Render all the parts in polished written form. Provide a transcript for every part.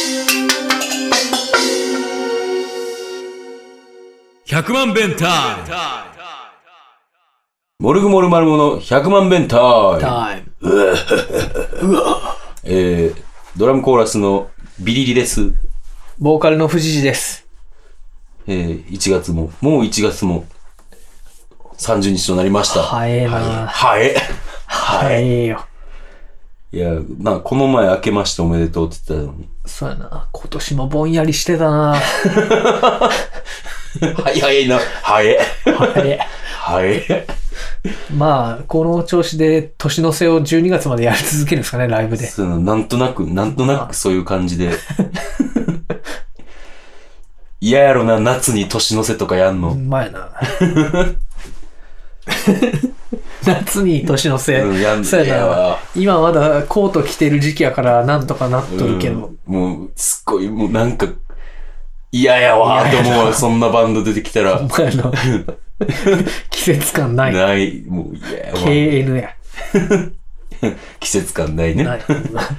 100万弁タイム。 モルグモルマルモの100万弁タイム。ドラムコーラスのビリリです。 ボーカルの藤次です。 1月も1月も30日となりました。 早えな。 早えよ。いや、この前明けましておめでとうって言ってたのに。 そうやな。今年もぼんやりしてたな。 早いな。早い。 まあ、この調子で年の瀬を12月までやり続けるんですかね、ライブで。 なんとなくそういう感じで。嫌やろな、夏に年の瀬とかやんの。 うまいな。夏に年の瀬。そうやな。今まだコート着てる時期やからなんとかなっとるけど。 もう、すっごい、もうなんか、嫌やわーと思う。そんなバンド出てきたら。 お前の季節感ない。 ない。もう嫌やわ。 KN や。 季節感ないね。 ない。 い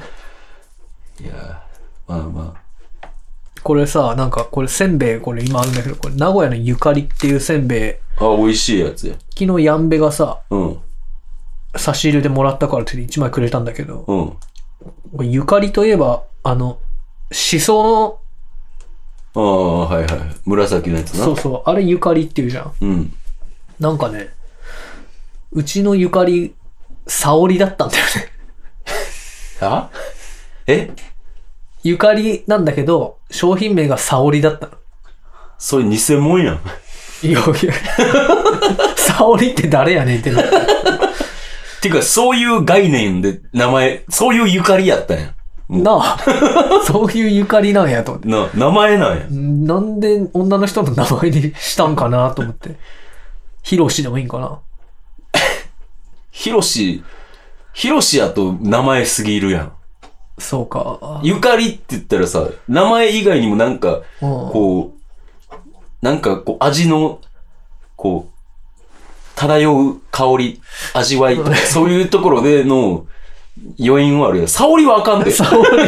やまあ。 これさ、これせんべい、これ今あるんだけど、これ名古屋のゆかりっていうせんべい。 美味しいやつや。 昨日ヤンベがさ、 うん。 差し入れでもらったからって1枚くれたんだけど、 うん。 これゆかりといえば、しその、はいはい。紫のやつな。 そうそう、あれゆかりっていうじゃん。 うん。 なんかね、うちのゆかり、沙織だったんだよね。 えゆかりなんだけど、商品名が沙織だったの。 それ偽物やん。 いや、沙織って誰やねんってなった。 てか、そういう概念で名前、そういうゆかりやったんや。 なあ、そういうゆかりなんやと思って。 名前なんや。 なんで女の人の名前にしたんかなと思って。ヒロシでもいいんかな。 ヒロシやと名前すぎるやん。 そうか。 ゆかりって言ったらさ、名前以外にもこう、味の、漂う香り、味わいとか、そういうところでの余韻はあるやん。沙織はあかんで。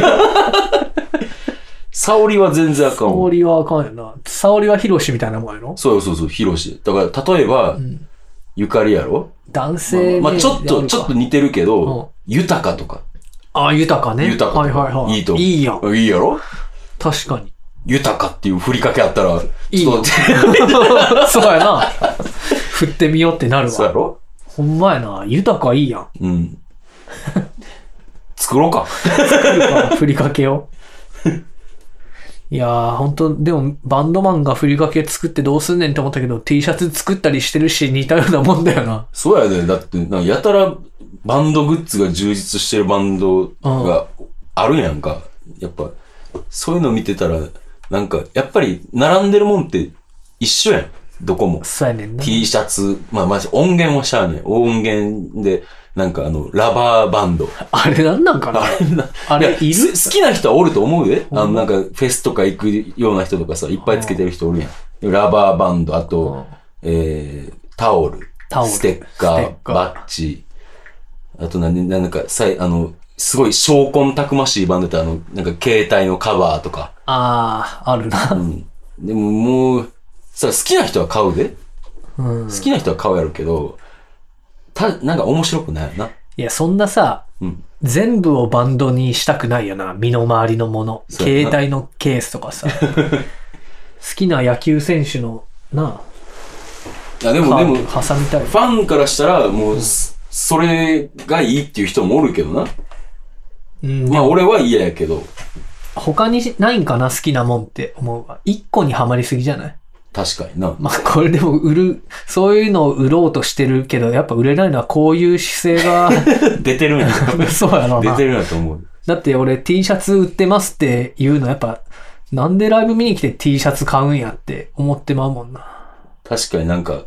沙織は全然あかん。 沙織はあかんよな。沙織はヒロシみたいなもんやろ？ そう、ヒロシ。だから、例えば、ゆかりやろ？ 男性まあちょっと似てるけど、豊かとか。 豊かね。 豊か。 はいはいはい。 いいと思う。 いいやん。 いいやろ？ 確かに。 豊かっていう振りかけあったら、 いいよ。そうやな。振ってみようってなるわ。 そうやろ？ ほんまやな。豊かいいやん。 うん。作ろうか。 振りかけを。いやー、ほんと、でも、バンドマンが振りかけ作ってどうすんねんって思ったけど、T シャツ作ったりしてるし、似たようなもんだよな。 そうやで。だって、やたらバンドグッズが充実してるバンドがあるやんか。やっぱ、そういうの見てたら、やっぱり、並んでるもんって一緒やん。どこも。 そうやねんな。 T シャツ、まじ音源はしゃあねん。音源で、ラバーバンド。 あれなんなんかなあれいる？ 好きな人はおると思うで。フェスとか行くような人とかさ、いっぱいつけてる人おるやん。ラバーバンド、あと、タオル、ステッカー、バッジ。あとすごい証拠たくましいバンドって携帯のカバーとか。 あるな。 でももう、好きな人は買うで。好きな人は買うやろうけど、面白くないよな。 いや、そんなさ、全部をバンドにしたくないよな。身の回りのもの。携帯のケースとかさ。好きな野球選手の、 でも、 挟みたい。 ファンからしたら、もう、それがいいっていう人もおるけどな。俺は嫌やけど。 他にないんかな、好きなもんって思うわ。一個にはまりすぎじゃない？ 確かにな。 これでもそういうのを売ろうとしてるけど、やっぱ売れないのはこういう姿勢が。 出てるんや。 そうやろな。 出てるんやと思う。 だって俺 T シャツ売ってますって言うのやっぱ、なんでライブ見に来て T シャツ買うんやって思ってまうもんな。 確かに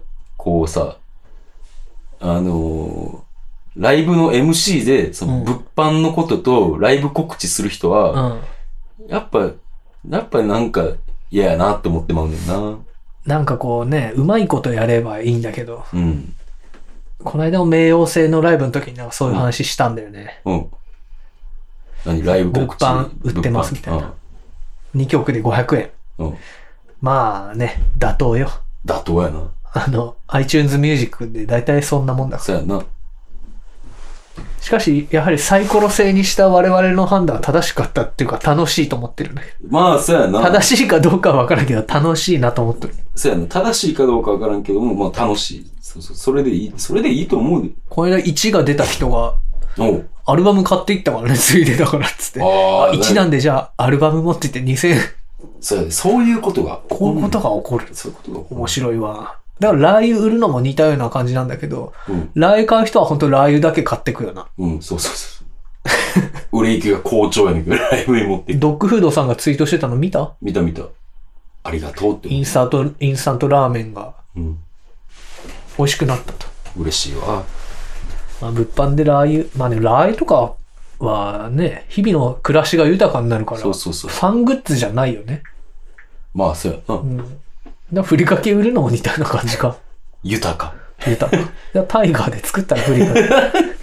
ライブの MC で、物販のこととライブ告知する人は、やっぱ嫌やなって思ってまうねんな。 うまいことやればいいんだけど。この間も冥王星のライブの時にそういう話したんだよね。 ライブ告知。 物販売ってますみたいな。 2曲で500円。 うん。 まあね、妥当よ。 妥当やな。 iTunes Music で大体そんなもんだから。 そうやな。 しかし、やはりサイコロ制にした我々の判断は正しかったっていうか楽しいと思ってるんだけど。 まあ、そうやな。 正しいかどうかは分からんけど、楽しいなと思ってる。 そうやな。正しいかどうかわからんけども、まあ楽しい。そうそう。それでいい。それでいいと思うで。 この間1が出た人が、 おう。 アルバム買っていったからね、ついでだからっつって。 ああ。 1なんでじゃあ、アルバム持ってって2000円。 そうやで。そういうことが。 こういうことが起こる。 そういうことが起こる。 面白いわ。だからラー油売るのも似たような感じなんだけど、 うん。 ラー油買う人は本当ラー油だけ買ってくよな。 うん、そうそうそう。売れ行きが好調やねんけど、ライブに持っていく。 ドッグフードさんがツイートしてたの見た？ 見た見た。ありがとうって思う。 インスタントラーメンがうん。 美味しくなったと。 嬉しいわ。 まあ、物販でラー油、まあね、ラー油とかはね、日々の暮らしが豊かになるから、 そうそうそう。 ファングッズじゃないよね。 まあ、そうやな。 うん。だからふりかけ売るのも似たような感じか。 豊か。 豊か。いやタイガーで作ったらふりかけ。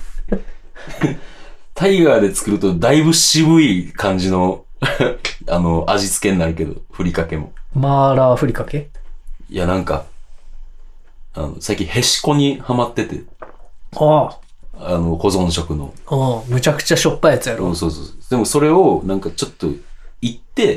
タイガーで作るとだいぶ渋い感じの味付けになるけど、ふりかけも。 マーラーふりかけ？ いや、なんか、最近へしこにハマってて、 あ保存食の。 あ、むちゃくちゃしょっぱいやつやろ。 そうそうそう。でもそれを、なんかちょっと、いって、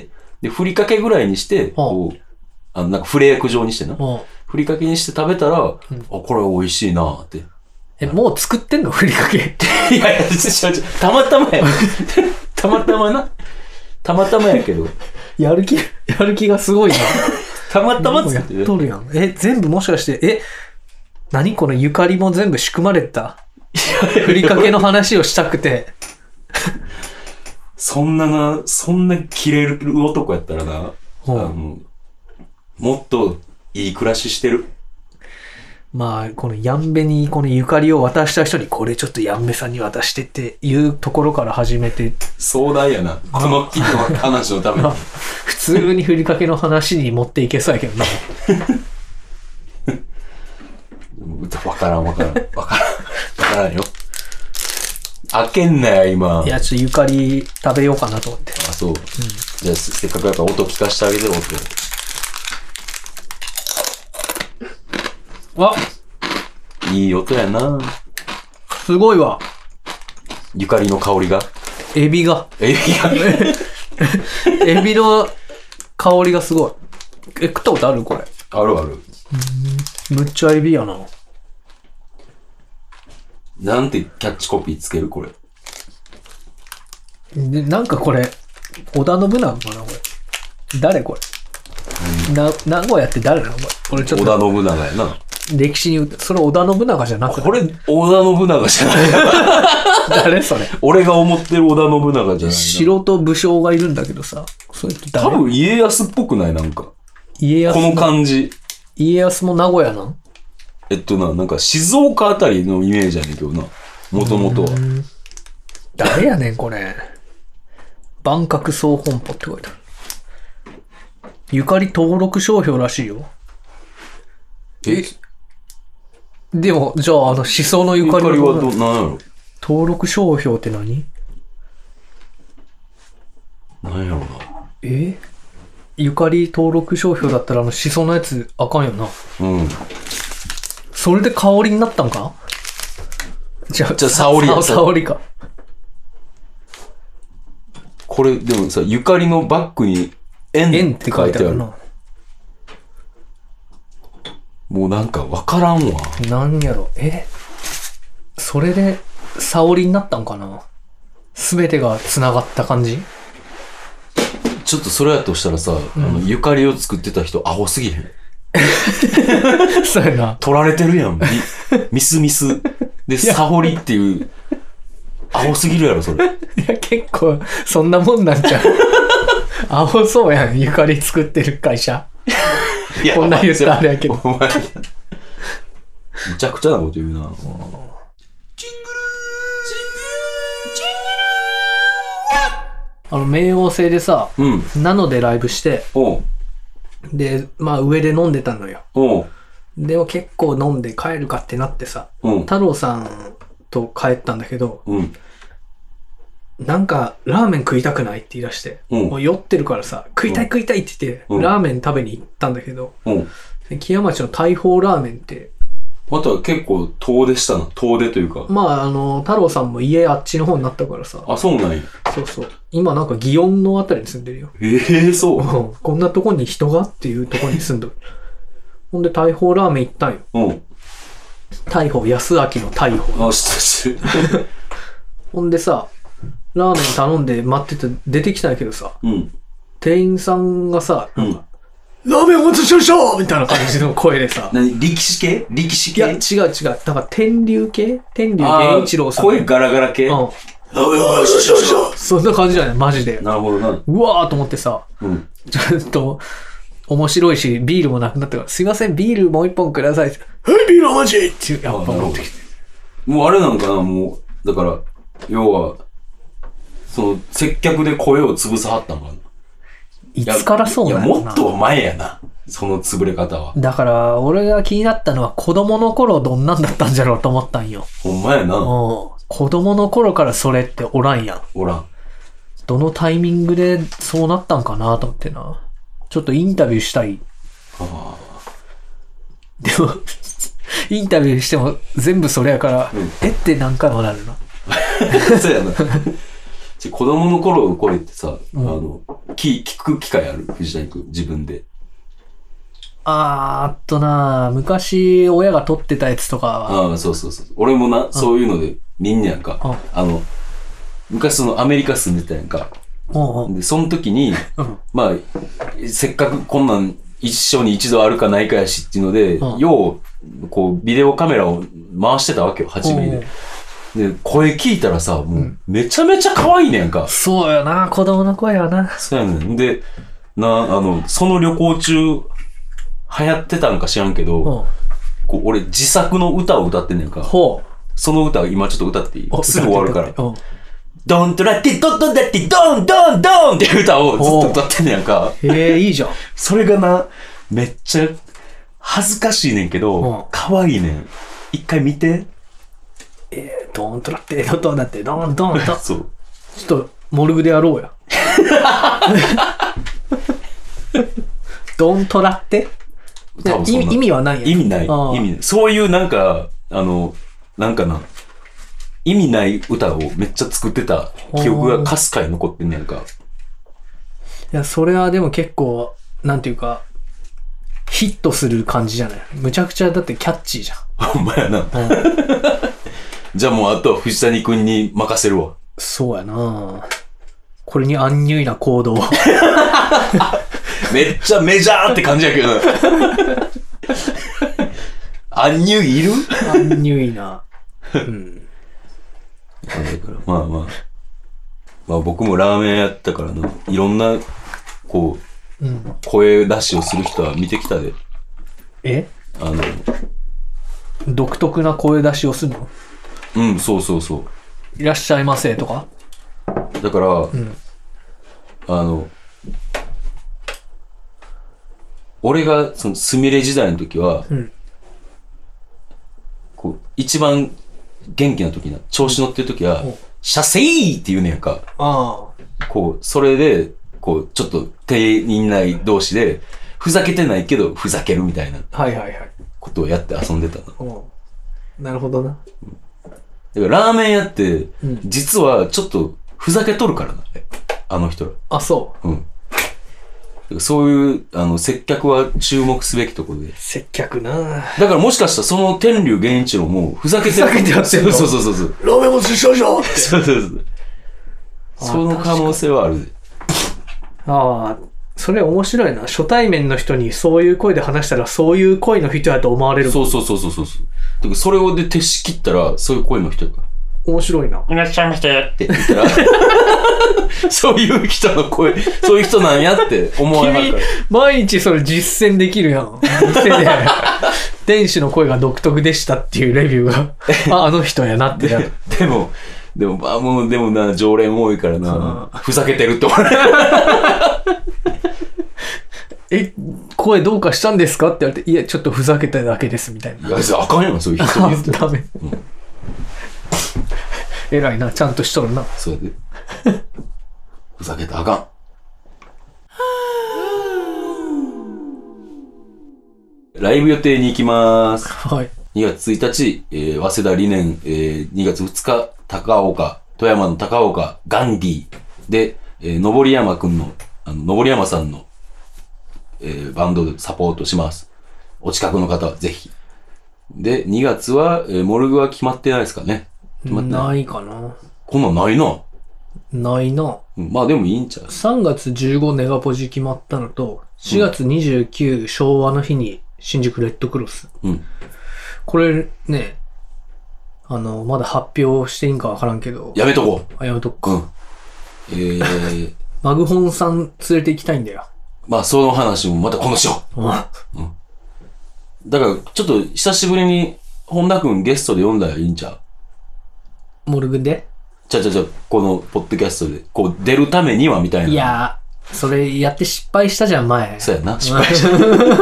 で、ふりかけぐらいにして、こう、なんかフレーク状にしてな。ふりかけにして食べたら、あ、これ美味しいなーって。 もう作ってんのふりかけ。 いやいや、たまたまや。たまたまな。たまたまやけど。 やる気がすごいな。 たまたまやっ作ってる。 とるやん。全部もしかして、何このゆかりも全部仕組まれたふりかけの話をしたくて。 そんなキレる男やったらな、もっといい暮らししてる。 まあ、このヤンベにこのゆかりを渡した人に、これちょっとヤンベさんに渡してっていうところから始めて。 壮大やな。この話のために。 普通にふりかけの話に持っていけそうやけどな。 わからんよ。開けんなよ、今。 いや、ちょっとゆかり食べようかなと思って。 あ、そう。じゃあ、せっかくやから音聞かせてあげて、音。いい音やな。 すごいわ。 ゆかりの香りが。 エビが。エビの香りがすごい。食ったことあるこれ。 あるある。 むっちゃエビやな。 なんてキャッチコピーつけるこれ。 で、なんかこれ、織田信長かなこれ。誰これ。名古屋って誰なのこれ。これちょっと。 織田信長やな。 歴史に言うと、それ織田信長じゃなくて。 これ、織田信長じゃない。 誰それ。 俺が思ってる織田信長じゃないな。 城と武将がいるんだけどさ。それって誰？ 多分家康っぽくないなんか。 家康。 この感じ。 家康も名古屋なん？ なんか静岡あたりのイメージやねんけどな。もともとは。 誰やねんこれ。万角総本舗って書いてある。ゆかり登録商標らしいよ。でも、じゃあ、思想のゆかりは何やろ？ 登録商標って何？ 何やろな。 ゆかり登録商標だったら思想のやつあかんよな。 うん。 それで香りになったんか？じゃあ、 沙織や。 沙織か。 これ、でもさ、ゆかりのバッグに円って書いてある。もうなんかわからんわ。 なんやろ。それで沙織になったんかな？すべてが繋がった感じ？ ちょっとそれやとしたらさ、ゆかりを作ってた人、アホすぎへん。 そうやな。 取られてるやん。ミスミス。で、沙織っていう、アホすぎるやろ、それ。 いや、結構、そんなもんなんちゃう。アホそうやん、ゆかり作ってる会社。こんな言ったらあれやけど。 お前、むちゃくちゃなこと言うな。 冥王星でさ、ナノでライブして、で、まあ上で飲んでたのよ。でも結構飲んで帰るかってなってさ、太郎さんと帰ったんだけど、 なんか、ラーメン食いたくないって言い出して、もう酔ってるからさ、食いたいって言って、ラーメン食べに行ったんだけど、木屋町の大砲ラーメンって、 あとは結構遠出したな。遠出というか。 まあ、太郎さんも家あっちの方になったからさ。 あ、そうなんや。 そうそう。今なんか祇園のあたりに住んでるよ。 そう。 こんなとこに人がっていうとこに住んでる。ほんで大砲ラーメン行ったんよ。大砲、安明の大砲。 あ、知ってる。 ほんでさ、ラーメン頼んで待ってて出てきたんやけどさ、店員さんがさ、なんか、ラーメンお待たせしましたみたいな感じの声でさ。 何力士系いや、違う。だから天竜系天竜源一郎さん。 声ガラガラ系ラーメンお待たせしました。 そんな感じじゃないマジで。 なるほどな。 うわーと思ってさ、ちょっと、面白いし、ビールもなくなったから、すいません、ビールもう一本ください。はい、ビールお待ちってやっぱ持ってきて。 もうあれなんかな、もう、だから、要は、接客で声を潰さはったんかな。 いつからそうなの？ いや、もっと前やな。その潰れ方は。 だから、俺が気になったのは子供の頃どんなんだったんじゃろうと思ったんよ。 ほんまやな。 子供の頃からそれっておらんやん。 おらん。 どのタイミングでそうなったんかなと思ってな。ちょっとインタビューしたい。でも、インタビューしても全部それやから、って何回もなるな。 そうやな。子供の頃の声ってさ、聞く機会ある？藤谷君、自分で。 昔、親が撮ってたやつとか。 そう。俺もな、そういうので見んねやんか。昔アメリカ住んでたやんか。で、その時に、まあ、せっかくこんなん一生に一度あるかないかやしっていうので、よう、こう、ビデオカメラを回してたわけよ、8ミリで。で、声聞いたらさ、もう、めちゃめちゃ可愛いねんか。 そうやな、子供の声はな。 そうやねん。で、その旅行中、流行ってたんか知らんけど、こう俺自作の歌を歌ってんねんか。その歌を今ちょっと歌っていい？すぐ終わるから。ドントラッティドンドンダッティドンドンドンって歌をずっと歌ってんねやんか。 いいじゃん。 それがな、めっちゃ恥ずかしいねんけど、可愛いねん。一回見て。 ドントラッテドンダッテドンドンドン。 そう。 ちょっと、モルグでやろうや。ドントラって意味はないやん。 意味ない。そういうなんか、なんかな、意味ない歌をめっちゃ作ってた記憶がかすかに残ってんねんか。 いや、それはでも結構、なんていうか、ヒットする感じじゃない？むちゃくちゃだってキャッチーじゃん。 ほんまやな。じゃあもうあとは藤谷くんに任せるわ。 そうやな。これにアンニュイな行動。 めっちゃメジャーって感じやけど。アンニュイいる？ アンニュイな。 だからまあ僕もラーメンやったからな。いろんな、こう、声出しをする人は見てきたで。 独特な声出しをするの？ そう。 いらっしゃいませとか？ だから、俺がそのスミレ時代の時は、こう一番元気な時な、調子乗ってる時は、シャセイって言うねんか。こう、それで、こう、ちょっと店員内同士で、ふざけてないけど、ふざけるみたいな。ことをやって遊んでたな。 なるほどな。 だからラーメン屋って、実はちょっとふざけとるからな、あの人ら。 あ、そう。 そういう、接客は注目すべきところで。 接客な。 だからもしかしたらその天竜源一郎もふざけてる。 ふざけてやってるの。 そう。 ラーメンも寿司じゃんって。 そう。その可能性はあるで。 それ面白いな。初対面の人にそういう声で話したら、そういう声の人やと思われる。 そう。だからそれをで徹し切ったら、そういう声の人やから。 面白いな。 いらっしゃいませって言ったら、そういう人の声、そういう人なんやって思われるから。 毎日それ実践できるやん。店で、店主の声が独特でしたっていうレビューが、あの人やなってなる。 でもな、常連多いからな、ふざけてるって思われる。 声どうかしたんですかって言われて、いや、ちょっとふざけただけですみたいな。 いや、あかんやん、そういう人に言って。 ダメ。偉いな、ちゃんとしとるな。 そうやで。 ふざけたらあかん。ライブ予定に行きます。 はい。 2月1日、早稲田理念、2月2日、高岡、富山の高岡、ガンディで、登山くんの、登山さんの、バンドでサポートします。お近くの方はぜひ。で、2月は、モルグは決まってないですかね。決まってない。 ないかな。 こんなんないな。 ないな。 まあでもいいんちゃう。 3月15ネガポジ決まったのと、4月29、昭和の日に新宿レッドクロス。 うん。 これね、まだ発表していいんかわからんけど。 やめとこやめとくう。 か。 うん。 マグホンさん連れて行きたいんだよ。 まあその話もまた今度しよう。だから、ちょっと久しぶりに、本田くんゲストで読んだらいいんちゃう？ モルグでこのポッドキャストで、こう出るためにはみたいな。 いやー、それやって失敗したじゃん、前。 そうやな、失敗した。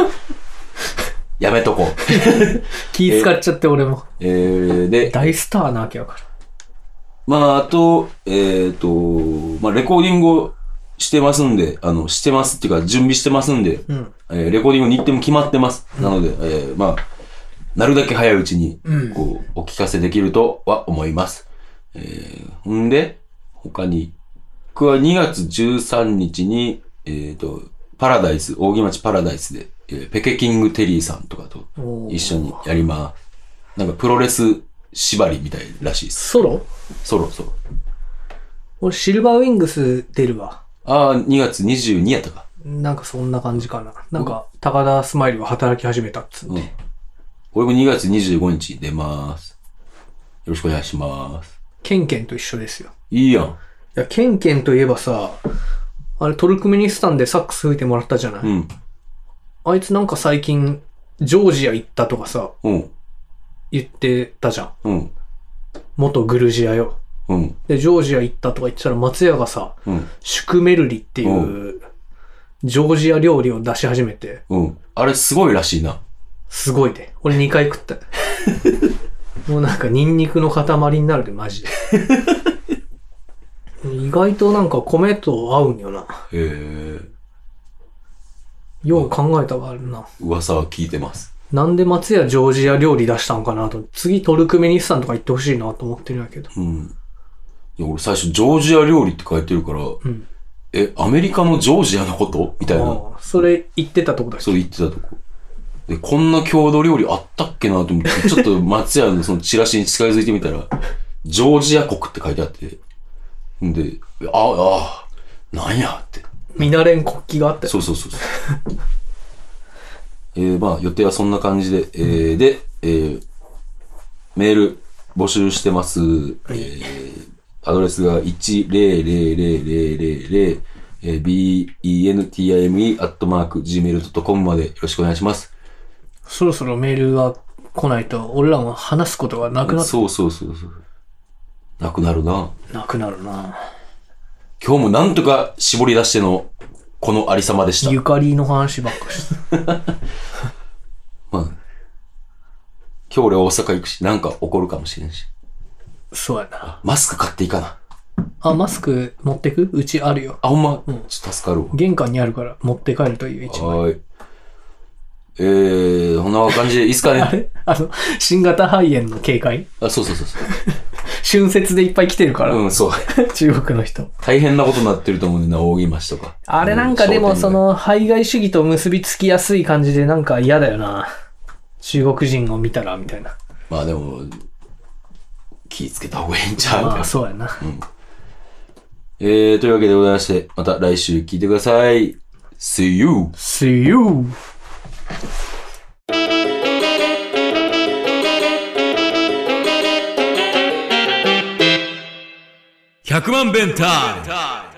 やめとこう。 気使っちゃって、俺も。 で、 大スターなわけやから。 まあ、あと、まあ、レコーディングをしてますんで、してますっていうか、準備してますんで、レコーディング日程も決まってます。なので、まあ、なるだけ早いうちに、こう、お聞かせできるとは思います。んで、他に、僕は2月13日に、パラダイス、扇町パラダイスで、ペケキングテリーさんとかと一緒にやります。なんかプロレス縛りみたいらしいです。 ソロ。俺シルバーウィングス出るわ。 ああ、2月22やったか。 なんかそんな感じかな。なんか、高田スマイルが働き始めたっつって。 俺も2月25日出ます。よろしくお願いします。 ケンケンと一緒ですよ。 いいやん。 いや、ケンケンといえばさ、あれトルクメニスタンでサックス吹いてもらったじゃない。あいつなんか最近、ジョージア行ったとかさ、言ってたじゃん。元グルジアよ。で、ジョージア行ったとか言ってたら松屋がさ、シュクメルリっていう、ジョージア料理を出し始めて。 あれすごいらしいな。 すごいで。俺2回食った。もうなんかニンニクの塊になるで、マジで。意外となんか米と合うんよな。 へえ。 よう考えたがあるな。 噂は聞いてます。 なんで松屋ジョージア料理出したんかなと。次トルクメニスタンとか行ってほしいなと思ってるんやけど。 いや俺最初ジョージア料理って書いてるから、アメリカのジョージアのことみたいな。 それ言ってたとこだっけ？ それ言ってたとこ。で、こんな郷土料理あったっけなと思って、ちょっと松屋のそのチラシに近づいてみたら、ジョージア国って書いてあって、んで、なんやって。 見慣れん国旗があって。 そう。まあ予定はそんな感じで、で、メール募集してます。アドレスが1000000、bentime@gmail.com までよろしくお願いします。 そろそろメールが来ないと、俺らも話すことがなくなって。 そう。なくなるな。 なくなるな。 今日もなんとか絞り出しての、このありさまでした。 ゆかりの話ばっかして。 まあ、今日俺大阪行くし、なんか起こるかもしれんし。 そうやな。 マスク買っていいかな。 マスク持ってく？うちあるよ。 ほんま、ちょっと助かるわ。 玄関にあるから持って帰るという一枚。 はい。こんな感じでいいっすかね。 あれ新型肺炎の警戒？ そう。 春節でいっぱい来てるから。 そう。 中国の人。 大変なことになってると思うんだよな、扇町とか。 あれなんかでもその、排外主義と結びつきやすい感じでなんか嫌だよな。中国人を見たら、みたいな。 まあでも、気ぃつけた方がいいんちゃう？ まあそうやな。 というわけでございまして、また来週聞いてください。See you! See you! 100万弁タイム